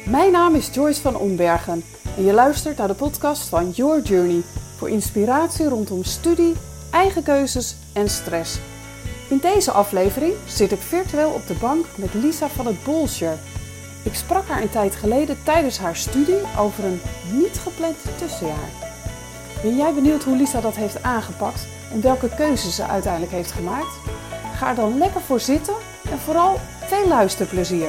Mijn naam is Joyce van Ombergen en je luistert naar de podcast van Your Journey voor inspiratie rondom studie, eigen keuzes en stress. In deze aflevering zit ik virtueel op de bank met Lisa van het Bolsjer. Ik sprak haar een tijd geleden tijdens haar studie over een niet gepland tussenjaar. Ben jij benieuwd hoe Lisa dat heeft aangepakt en welke keuzes ze uiteindelijk heeft gemaakt? Ga er dan lekker voor zitten en vooral veel luisterplezier.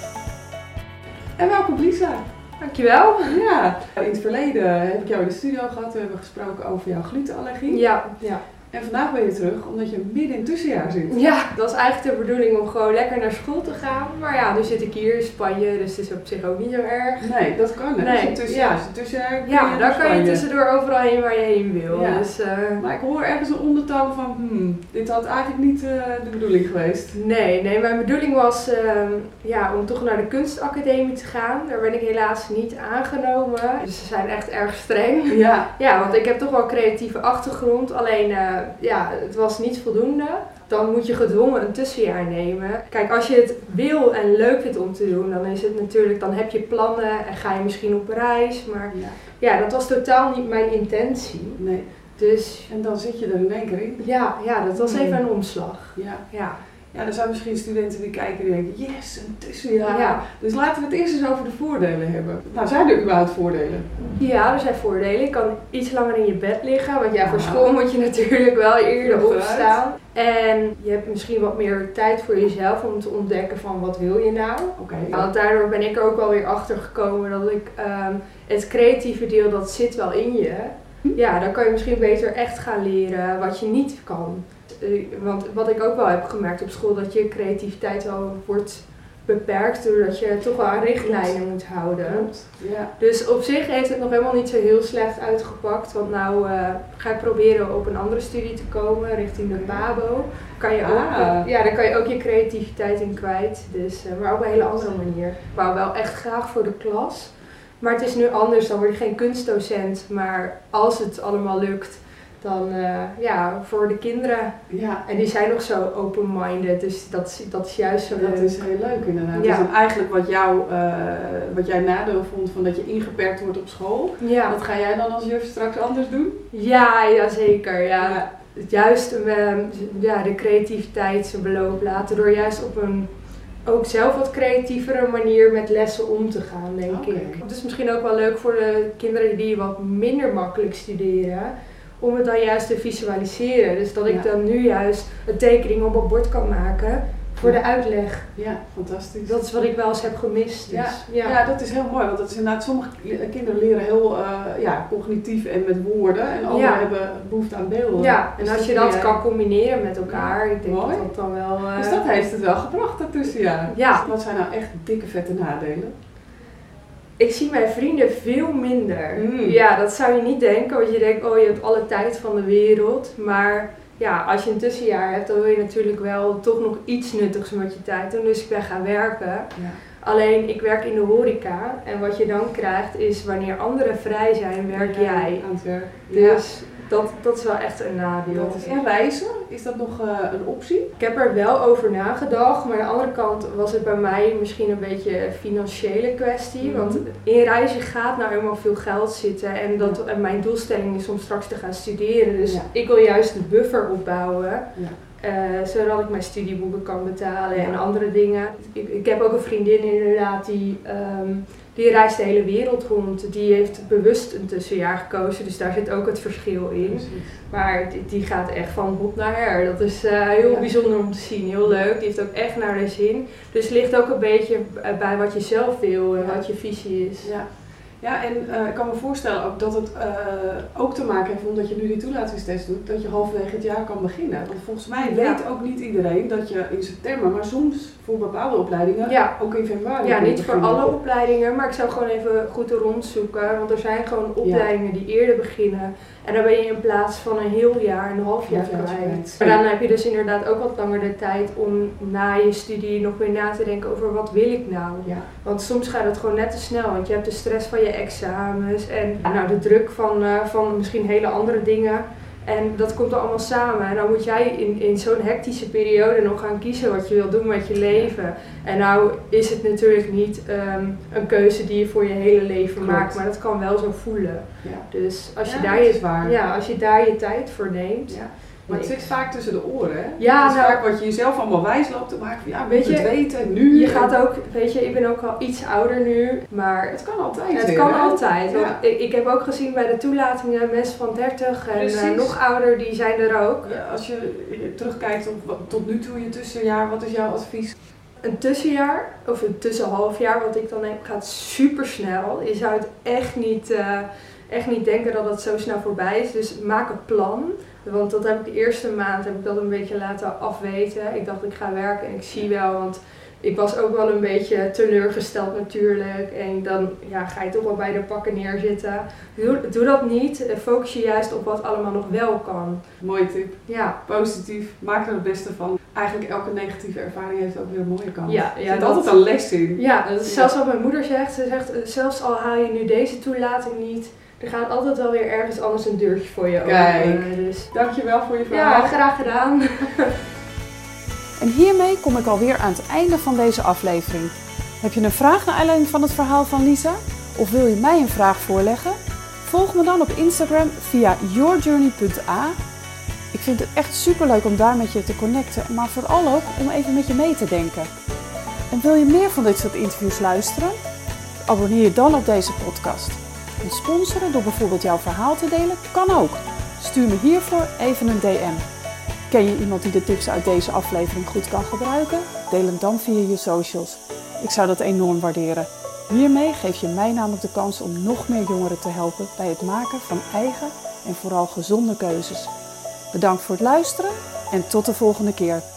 En welkom Lisa. Dankjewel. Ja, in het verleden heb ik jou in de studio gehad. We hebben gesproken over jouw glutenallergie. Ja. En vandaag ben je terug omdat je midden in het tussenjaar zit. Ja, dat was eigenlijk de bedoeling om gewoon lekker naar school te gaan. Maar ja, nu zit ik hier in Spanje, dus het is op zich ook niet zo erg. Nee, dat kan. Nee, dus tussenjaar ja, daar kan je tussendoor overal heen waar je heen wil. Ja. Dus, maar ik hoor ergens een ondertoon van, dit had eigenlijk niet de bedoeling geweest. Nee, mijn bedoeling was om toch naar de kunstacademie te gaan. Daar ben ik helaas niet aangenomen. Dus ze zijn echt erg streng. Ja, want ik heb toch wel een creatieve achtergrond. Alleen, het was niet voldoende. Dan moet je gedwongen een tussenjaar nemen. Kijk, als je het wil en leuk vindt om te doen, dan is het natuurlijk, dan heb je plannen en ga je misschien op reis. Maar ja, dat was totaal niet mijn intentie. Nee. Dus, en dan zit je er in één keer in. Ja, dat was even een omslag. Ja, er zijn misschien studenten die kijken en denken, yes, een tussenjaar. Ja. Dus laten we het eerst eens over de voordelen hebben. Nou, zijn er überhaupt voordelen? Ja, er zijn voordelen. Je kan iets langer in je bed liggen, want voor school moet je natuurlijk wel eerder opstaan. En je hebt misschien wat meer tijd voor jezelf om te ontdekken van wat wil je nou. Want daardoor ben ik er ook wel weer achter gekomen dat ik het creatieve deel, dat zit wel in je. Ja, dan kan je misschien beter echt gaan leren wat je niet kan. Want wat ik ook wel heb gemerkt op school, dat je creativiteit wel wordt beperkt doordat je toch wel aan richtlijnen moet houden. Ja. Dus op zich heeft het nog helemaal niet zo heel slecht uitgepakt. Want nou ga ik proberen op een andere studie te komen richting de PABO. Daar kan je ook je creativiteit in kwijt. Dus, maar op een hele andere manier. Ik wou wel echt graag voor de klas. Maar het is nu anders, dan word je geen kunstdocent. Maar als het allemaal lukt, dan voor de kinderen. Ja. En die zijn nog zo open-minded, dus dat is juist zo leuk. Dat is heel leuk inderdaad. Ja. Dus eigenlijk wat jij nadeel vond van dat je ingeperkt wordt op school, dat ga jij dan als juf straks anders doen? Ja, zeker. Ja. Juist de creativiteit zijn beloop laten door juist op een ook zelf wat creatievere manier met lessen om te gaan, denk ik. Het is misschien ook wel leuk voor de kinderen die wat minder makkelijk studeren, om het dan juist te visualiseren. Dus dat ik dan nu juist een tekening op een bord kan maken voor de uitleg. Ja, fantastisch. Dat is wat ik wel eens heb gemist. Dus, ja, dat is heel mooi. Want dat is inderdaad, sommige kinderen leren heel cognitief en met woorden. En anderen hebben behoefte aan beelden. Ja, dus en als je dat kan combineren met elkaar, ik denk dat dat dan wel... Dus dat heeft het wel gebracht daartussenjaar. Ja. Dus wat zijn nou echt dikke vette nadelen? Ik zie mijn vrienden veel minder. Ja, dat zou je niet denken, want je denkt, je hebt alle tijd van de wereld. Maar ja, als je een tussenjaar hebt, dan wil je natuurlijk wel toch nog iets nuttigs met je tijd doen. Dus ik ben gaan werken. Ja. Alleen, ik werk in de horeca. En wat je dan krijgt is, wanneer anderen vrij zijn, werk jij. Aan het werk. Dus dat is wel echt een nadeel. En reizen, is dat nog een optie? Ik heb er wel over nagedacht, maar aan de andere kant was het bij mij misschien een beetje een financiële kwestie. Want in reizen gaat nou helemaal veel geld zitten en mijn doelstelling is om straks te gaan studeren. Dus ik wil juist een buffer opbouwen. Zodat ik mijn studieboeken kan betalen en andere dingen. Ik heb ook een vriendin inderdaad die reist de hele wereld rond. Die heeft bewust een tussenjaar gekozen, dus daar zit ook het verschil in. Precies. Maar die gaat echt van hop naar her. Dat is heel bijzonder om te zien, heel leuk. Die heeft ook echt naar de zin. Dus het ligt ook een beetje bij wat je zelf wil en wat je visie is. Ja, en ik kan me voorstellen ook dat het ook te maken heeft, omdat je nu die toelatingstest doet, dat je halverwege het jaar kan beginnen. Want volgens mij weet ook niet iedereen dat je in september, maar soms voor bepaalde opleidingen ook in februari. Ja, niet voor alle opleidingen, maar ik zou gewoon even goed rondzoeken, want er zijn gewoon opleidingen die eerder beginnen. En dan ben je in plaats van een heel jaar, een half jaar kwijt. Maar dan heb je dus inderdaad ook wat langer de tijd om na je studie nog weer na te denken over wat wil ik nou. Ja. Want soms gaat het gewoon net te snel, want je hebt de stress van je examens en de druk van misschien hele andere dingen. En dat komt er allemaal samen. En dan moet jij in zo'n hectische periode nog gaan kiezen wat je wil doen met je leven. En nou is het natuurlijk niet een keuze die je voor je hele leven maakt, maar dat kan wel zo voelen. Ja. Dus als je daar je tijd voor neemt. Ja. Maar het zit vaak tussen de oren, hè? Ja, het is vaak wat je jezelf allemaal wijs loopt te maken. Ja, weet je het weten, nu. Je gaat ook, weet je, ik ben ook al iets ouder nu, maar het kan altijd. Het kan altijd. Want ik heb ook gezien bij de toelatingen mensen van 30 en nog ouder, die zijn er ook. Ja, als je terugkijkt tot nu toe je tussenjaar, wat is jouw advies? Een tussenjaar, of een tussenhalfjaar, wat ik dan denk, gaat super snel. Je zou het echt niet denken dat het zo snel voorbij is. Dus maak een plan. Want dat heb ik de eerste maand dat een beetje laten afweten. Ik dacht ik ga werken en ik zie wel, want ik was ook wel een beetje teleurgesteld natuurlijk. En dan ga je toch wel bij de pakken neerzitten. Doe dat niet. Focus je juist op wat allemaal nog wel kan. Mooie tip. Ja. Positief. Maak er het beste van. Eigenlijk elke negatieve ervaring heeft ook weer een mooie kant. Ja, er zit altijd een les in. Ja, dat is zelfs wat mijn moeder zegt. Ze zegt, zelfs al haal je nu deze toelating niet, er gaat altijd wel weer ergens anders een deurtje voor je open. Dus dankjewel voor je verhaal. Ja, graag gedaan. En hiermee kom ik alweer aan het einde van deze aflevering. Heb je een vraag naar aanleiding van het verhaal van Lisa? Of wil je mij een vraag voorleggen? Volg me dan op Instagram via yourjourney.a. Ik vind het echt superleuk om daar met je te connecten, maar vooral ook om even met je mee te denken. En wil je meer van dit soort interviews luisteren? Abonneer je dan op deze podcast. En sponsoren door bijvoorbeeld jouw verhaal te delen kan ook. Stuur me hiervoor even een DM. Ken je iemand die de tips uit deze aflevering goed kan gebruiken? Deel hem dan via je socials. Ik zou dat enorm waarderen. Hiermee geef je mij namelijk de kans om nog meer jongeren te helpen bij het maken van eigen en vooral gezonde keuzes. Bedankt voor het luisteren en tot de volgende keer.